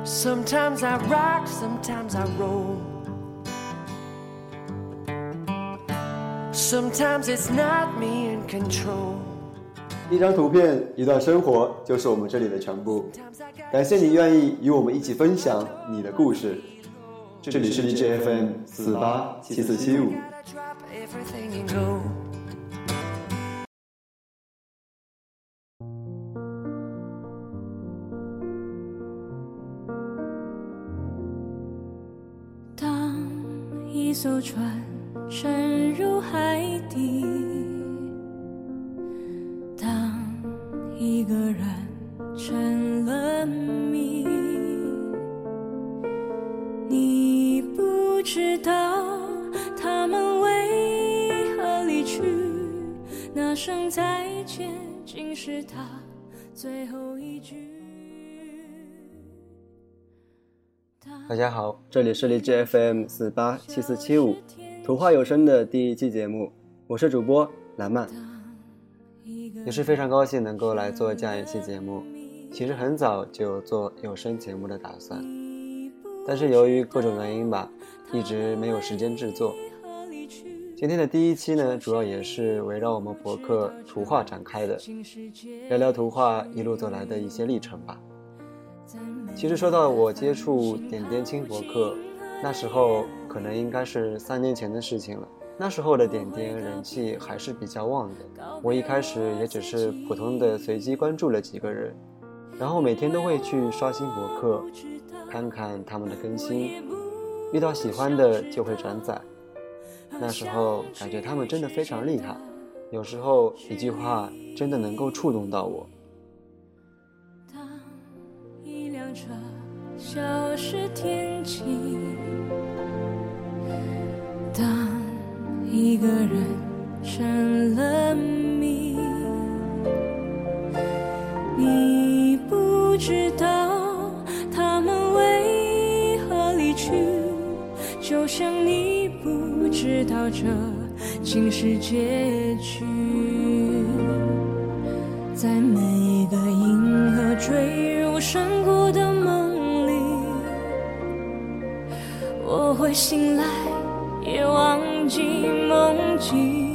Sometimes I rock, sometimes I roll. Sometimes it's not me in control. 一张图片，一段生活，就是我们这里的全部。感谢你愿意与我们一起分享你的故事。这里是DJ FM487475。 当一艘船沉入海底，当一个人成了谜，你不知道他们为何离去，那声再见竟是他最后一句。 大家好，这里是荔枝 FM487475图画有声的第一期节目，我是主播蓝曼。也是非常高兴能够来做这样一期节目，其实很早就有做有声节目的打算，但是由于各种原因吧，一直没有时间制作。今天的第一期呢，主要也是围绕我们博客图画展开的，聊聊图画一路走来的一些历程吧。其实说到我接触点点轻博客，那时候可能应该是3年前的事情了。那时候的点点人气还是比较旺的，我一开始也只是普通的随机关注了几个人，然后每天都会去刷新博客，看看他们的更新，遇到喜欢的就会转载。那时候感觉他们真的非常厉害，有时候一句话真的能够触动到我。 当一辆车消失天际，当一个人成了谜，你不知道他们为何离去，就像你不知道这竟是结局。在每一个银河坠入山谷的梦里，我会醒来也忘记梦境，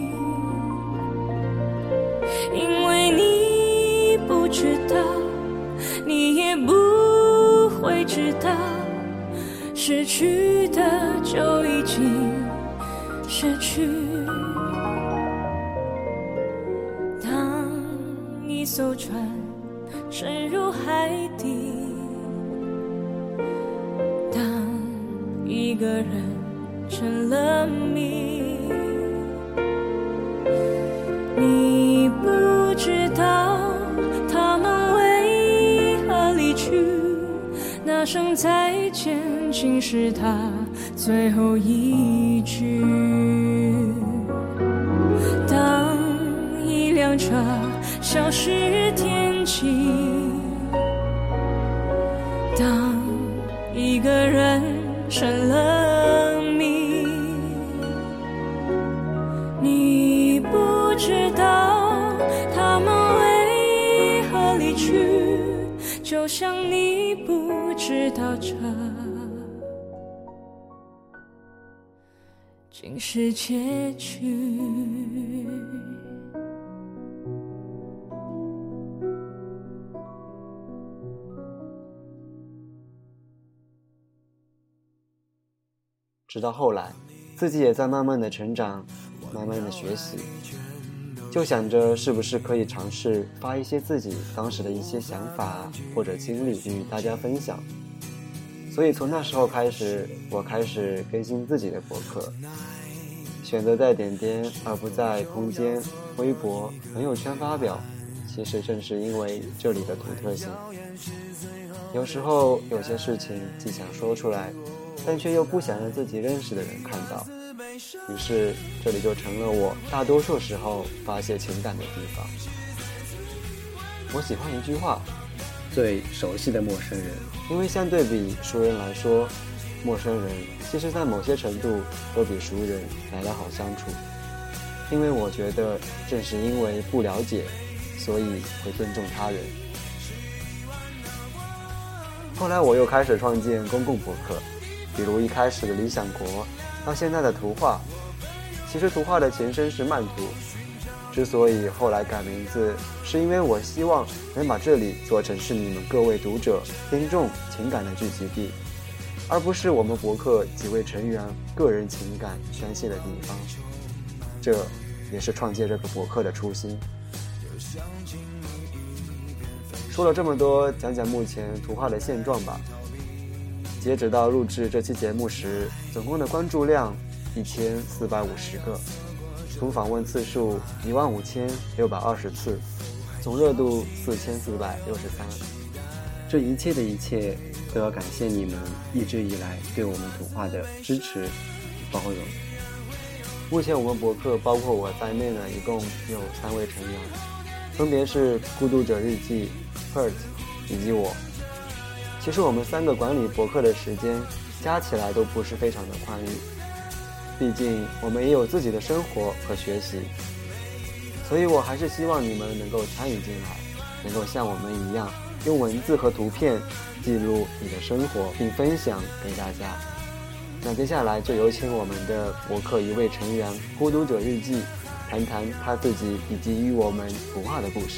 因为你不知道，你也不会知道，失去的就已经失去。当一艘船沉入海底，当一个人成了谜，你不知道他们为何离去，那声再见竟是他最后一句。当一辆车消失天际，当一个人成了谜，你不知道他们为何离去，就像你不知道这竟是结局。 直到后来，自己也在慢慢的成长，慢慢的学习，就想着是不是可以尝试发一些自己当时的一些想法或者经历与大家分享。所以从那时候开始，我开始更新自己的博客，选择在点点而不在空间、微博、朋友圈发表，其实正是因为这里的独特性。有时候有些事情既想说出来，但却又不想让自己认识的人看到，于是这里就成了我大多数时候发泄情感的地方。我喜欢一句话，最熟悉的陌生人，因为相对比熟人来说，陌生人其实在某些程度都比熟人来得好相处。因为我觉得正是因为不了解，所以会尊重他人。 后来我又开始创建公共博客，比如一开始的理想国，到现在的图画。其实图画的前身是漫图，之所以后来改名字，是因为我希望能把这里做成是你们各位读者、听众情感的聚集地，而不是我们博客几位成员个人情感宣泄的地方。这也是创建这个博客的初心。说了这么多，讲讲目前图画的现状吧。截止到录制这期节目时，总共的关注量1450个，总访问次数15620次，总热度4463。这一切的一切都要感谢你们一直以来对我们图画的支持与包容。目前我们博客包括我在内呢，一共有3位成员，分别是孤独者日记、Hurt 以及我。其实我们3个管理博客的时间加起来都不是非常的宽裕，毕竟我们也有自己的生活和学习，所以我还是希望你们能够参与进来，能够像我们一样用文字和图片记录你的生活并分享给大家。那接下来就有请我们的博客一位成员孤独者日记谈谈他自己以及与我们图画的故事。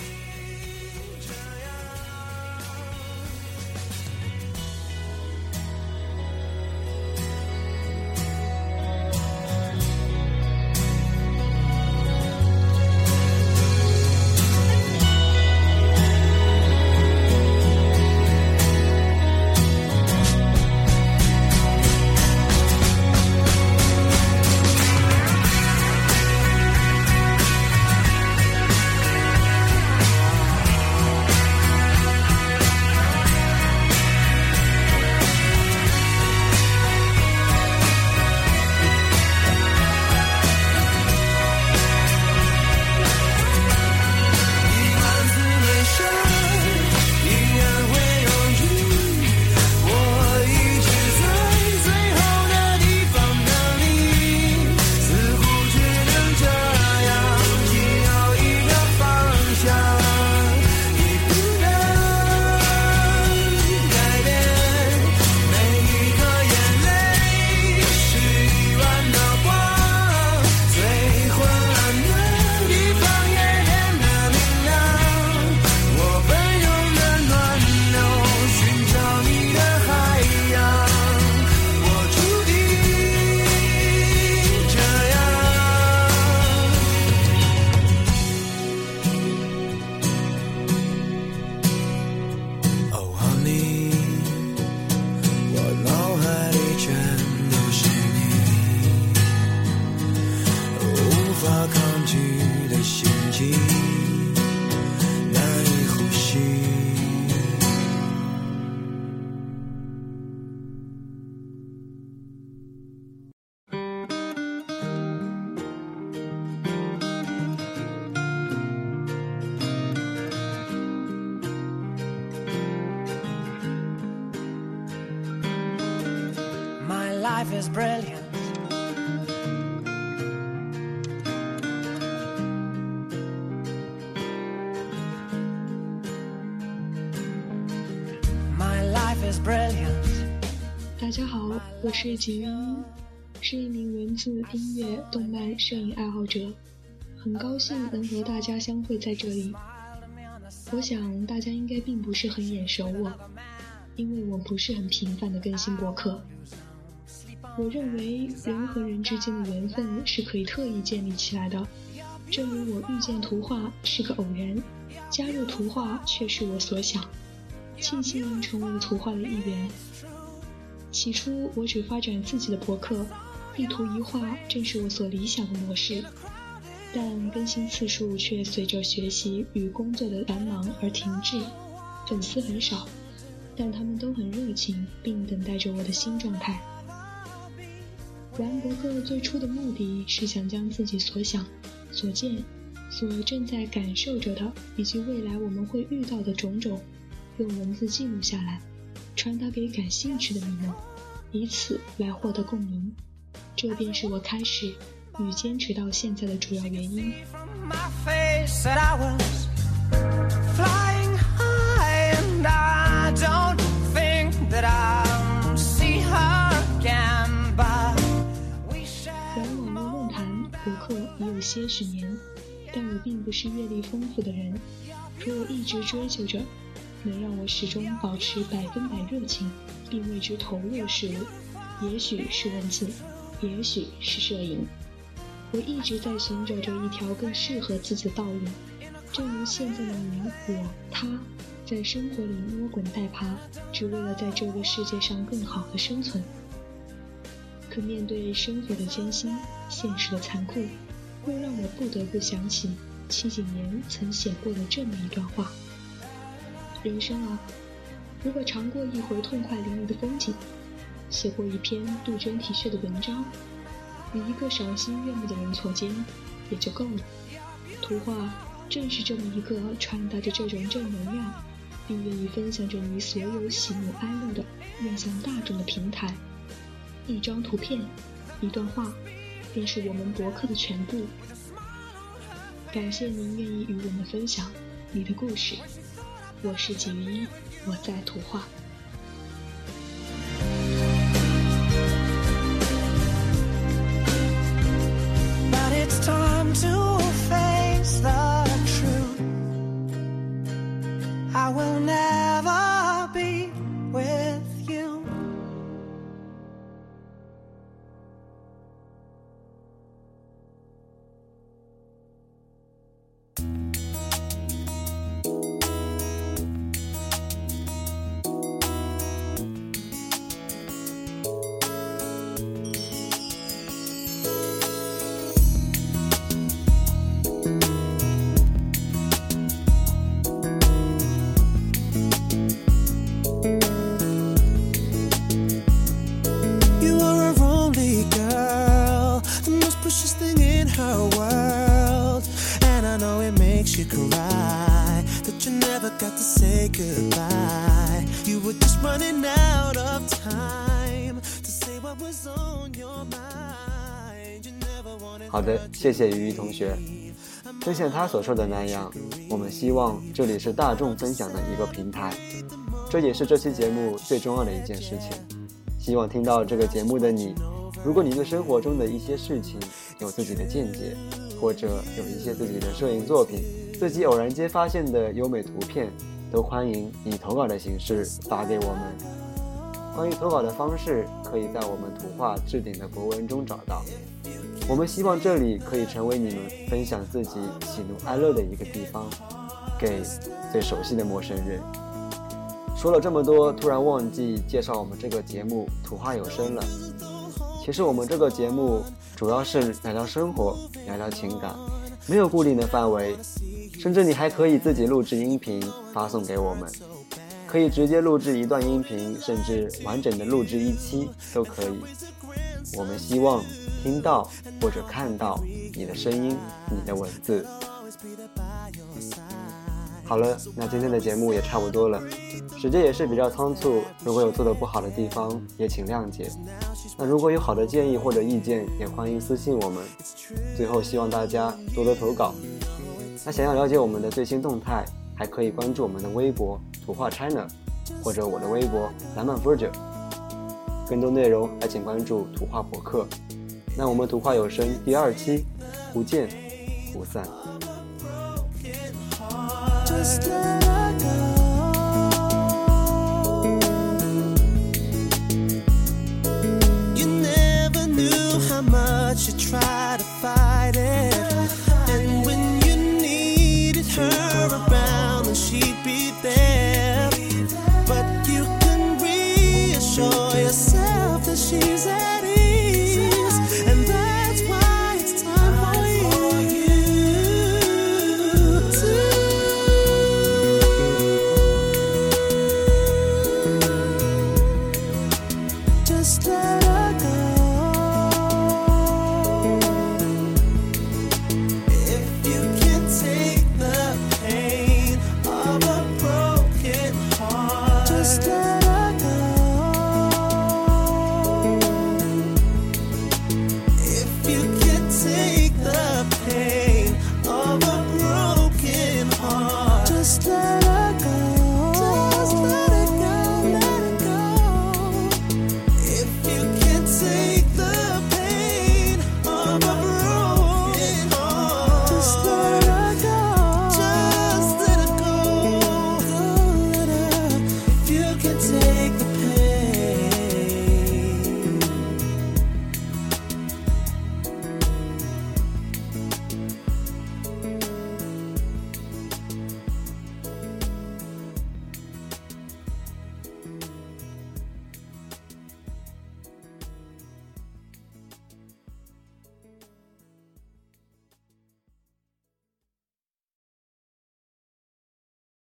Life is brilliant. My life is brilliant. 大家好，我是景云，是一名文字、音乐、动漫、摄影爱好者，很高兴能和大家相会在这里。我想大家应该并不是很眼熟我，因为我不是很频繁的更新博客。我认为人和人之间的缘分是可以特意建立起来的，正如我遇见图画是个偶然，加入图画却是我所想，庆幸成为了图画的一员。起初我只发展自己的博客，一图一画正是我所理想的模式，但更新次数却随着学习与工作的繁忙而停滞，粉丝很少，但他们都很热情，并等待着我的新状态。玩博客最初的目的是想将自己所想、所见、所正在感受着的，以及未来我们会遇到的种种，用文字记录下来，传达给感兴趣的你们，以此来获得共鸣。这便是我开始与坚持到现在的主要原因。 了些许年，但我并不是阅历丰富的人，可我一直追求着能让我始终保持100%热情并为之投入的事物，也许是文字，也许是摄影。我一直在寻找着一条更适合自己的道路，正如现在的你、我、他，在生活里摸滚带爬，只为了在这个世界上更好的生存。可面对生活的艰辛，现实的残酷，又让我不得不想起七几年曾写过的这么一段话：人生啊，如果尝过一回痛快淋漓的风景，写过一篇杜鹃体恤的文章，与一个赏心悦目的人错肩，也就够了。图画正是这么一个传达着这种正能量，并愿意分享着你所有喜怒哀乐的面向大众的平台。一张图片，一段话，便是我们博客的全部。感谢您愿意与我们分享你的故事。我是纪云一，我在图画。 But it's time to face the truth. I will never be with you. You cry that you never got to say goodbye. You were just running out of time to say what was on your mind. You never wanted. 好的，谢谢于一同学。正像他所说的那样，我们希望这里是大众分享的一个平台，这也是这期节目最重要的一件事情。希望听到这个节目的你，如果你对生活中的一些事情有自己的见解，或者有一些自己的摄影作品，自己偶然间发现的优美图片，都欢迎以投稿的形式发给我们。关于投稿的方式，可以在我们图画置顶的博文中找到。我们希望这里可以成为你们分享自己喜怒哀乐的一个地方，给最熟悉的陌生人。说了这么多，突然忘记介绍我们这个节目图画有声了。其实我们这个节目主要是聊聊生活，聊聊情感，没有固定的范围，甚至你还可以自己录制音频发送给我们，可以直接录制一段音频，甚至完整的录制一期都可以。我们希望听到或者看到你的声音，你的文字。好了，那今天的节目也差不多了，时间也是比较仓促，如果有做得不好的地方也请谅解。那如果有好的建议或者意见，也欢迎私信我们。最后希望大家多多投稿。那想要了解我们的最新动态，还可以关注我们的微博图画 China， 或者我的微博蓝漫 Virgil。 更多内容还请关注图画博客。那我们图画有声第2期不见不散。 Just let her go. You never knew how much you tried to fight it, and when you needed her around, then she'd be there. But you can reassure yourself that she's at ease, and that's why it's time for you to just let her go. If you can't take the pain of a broken heart, just let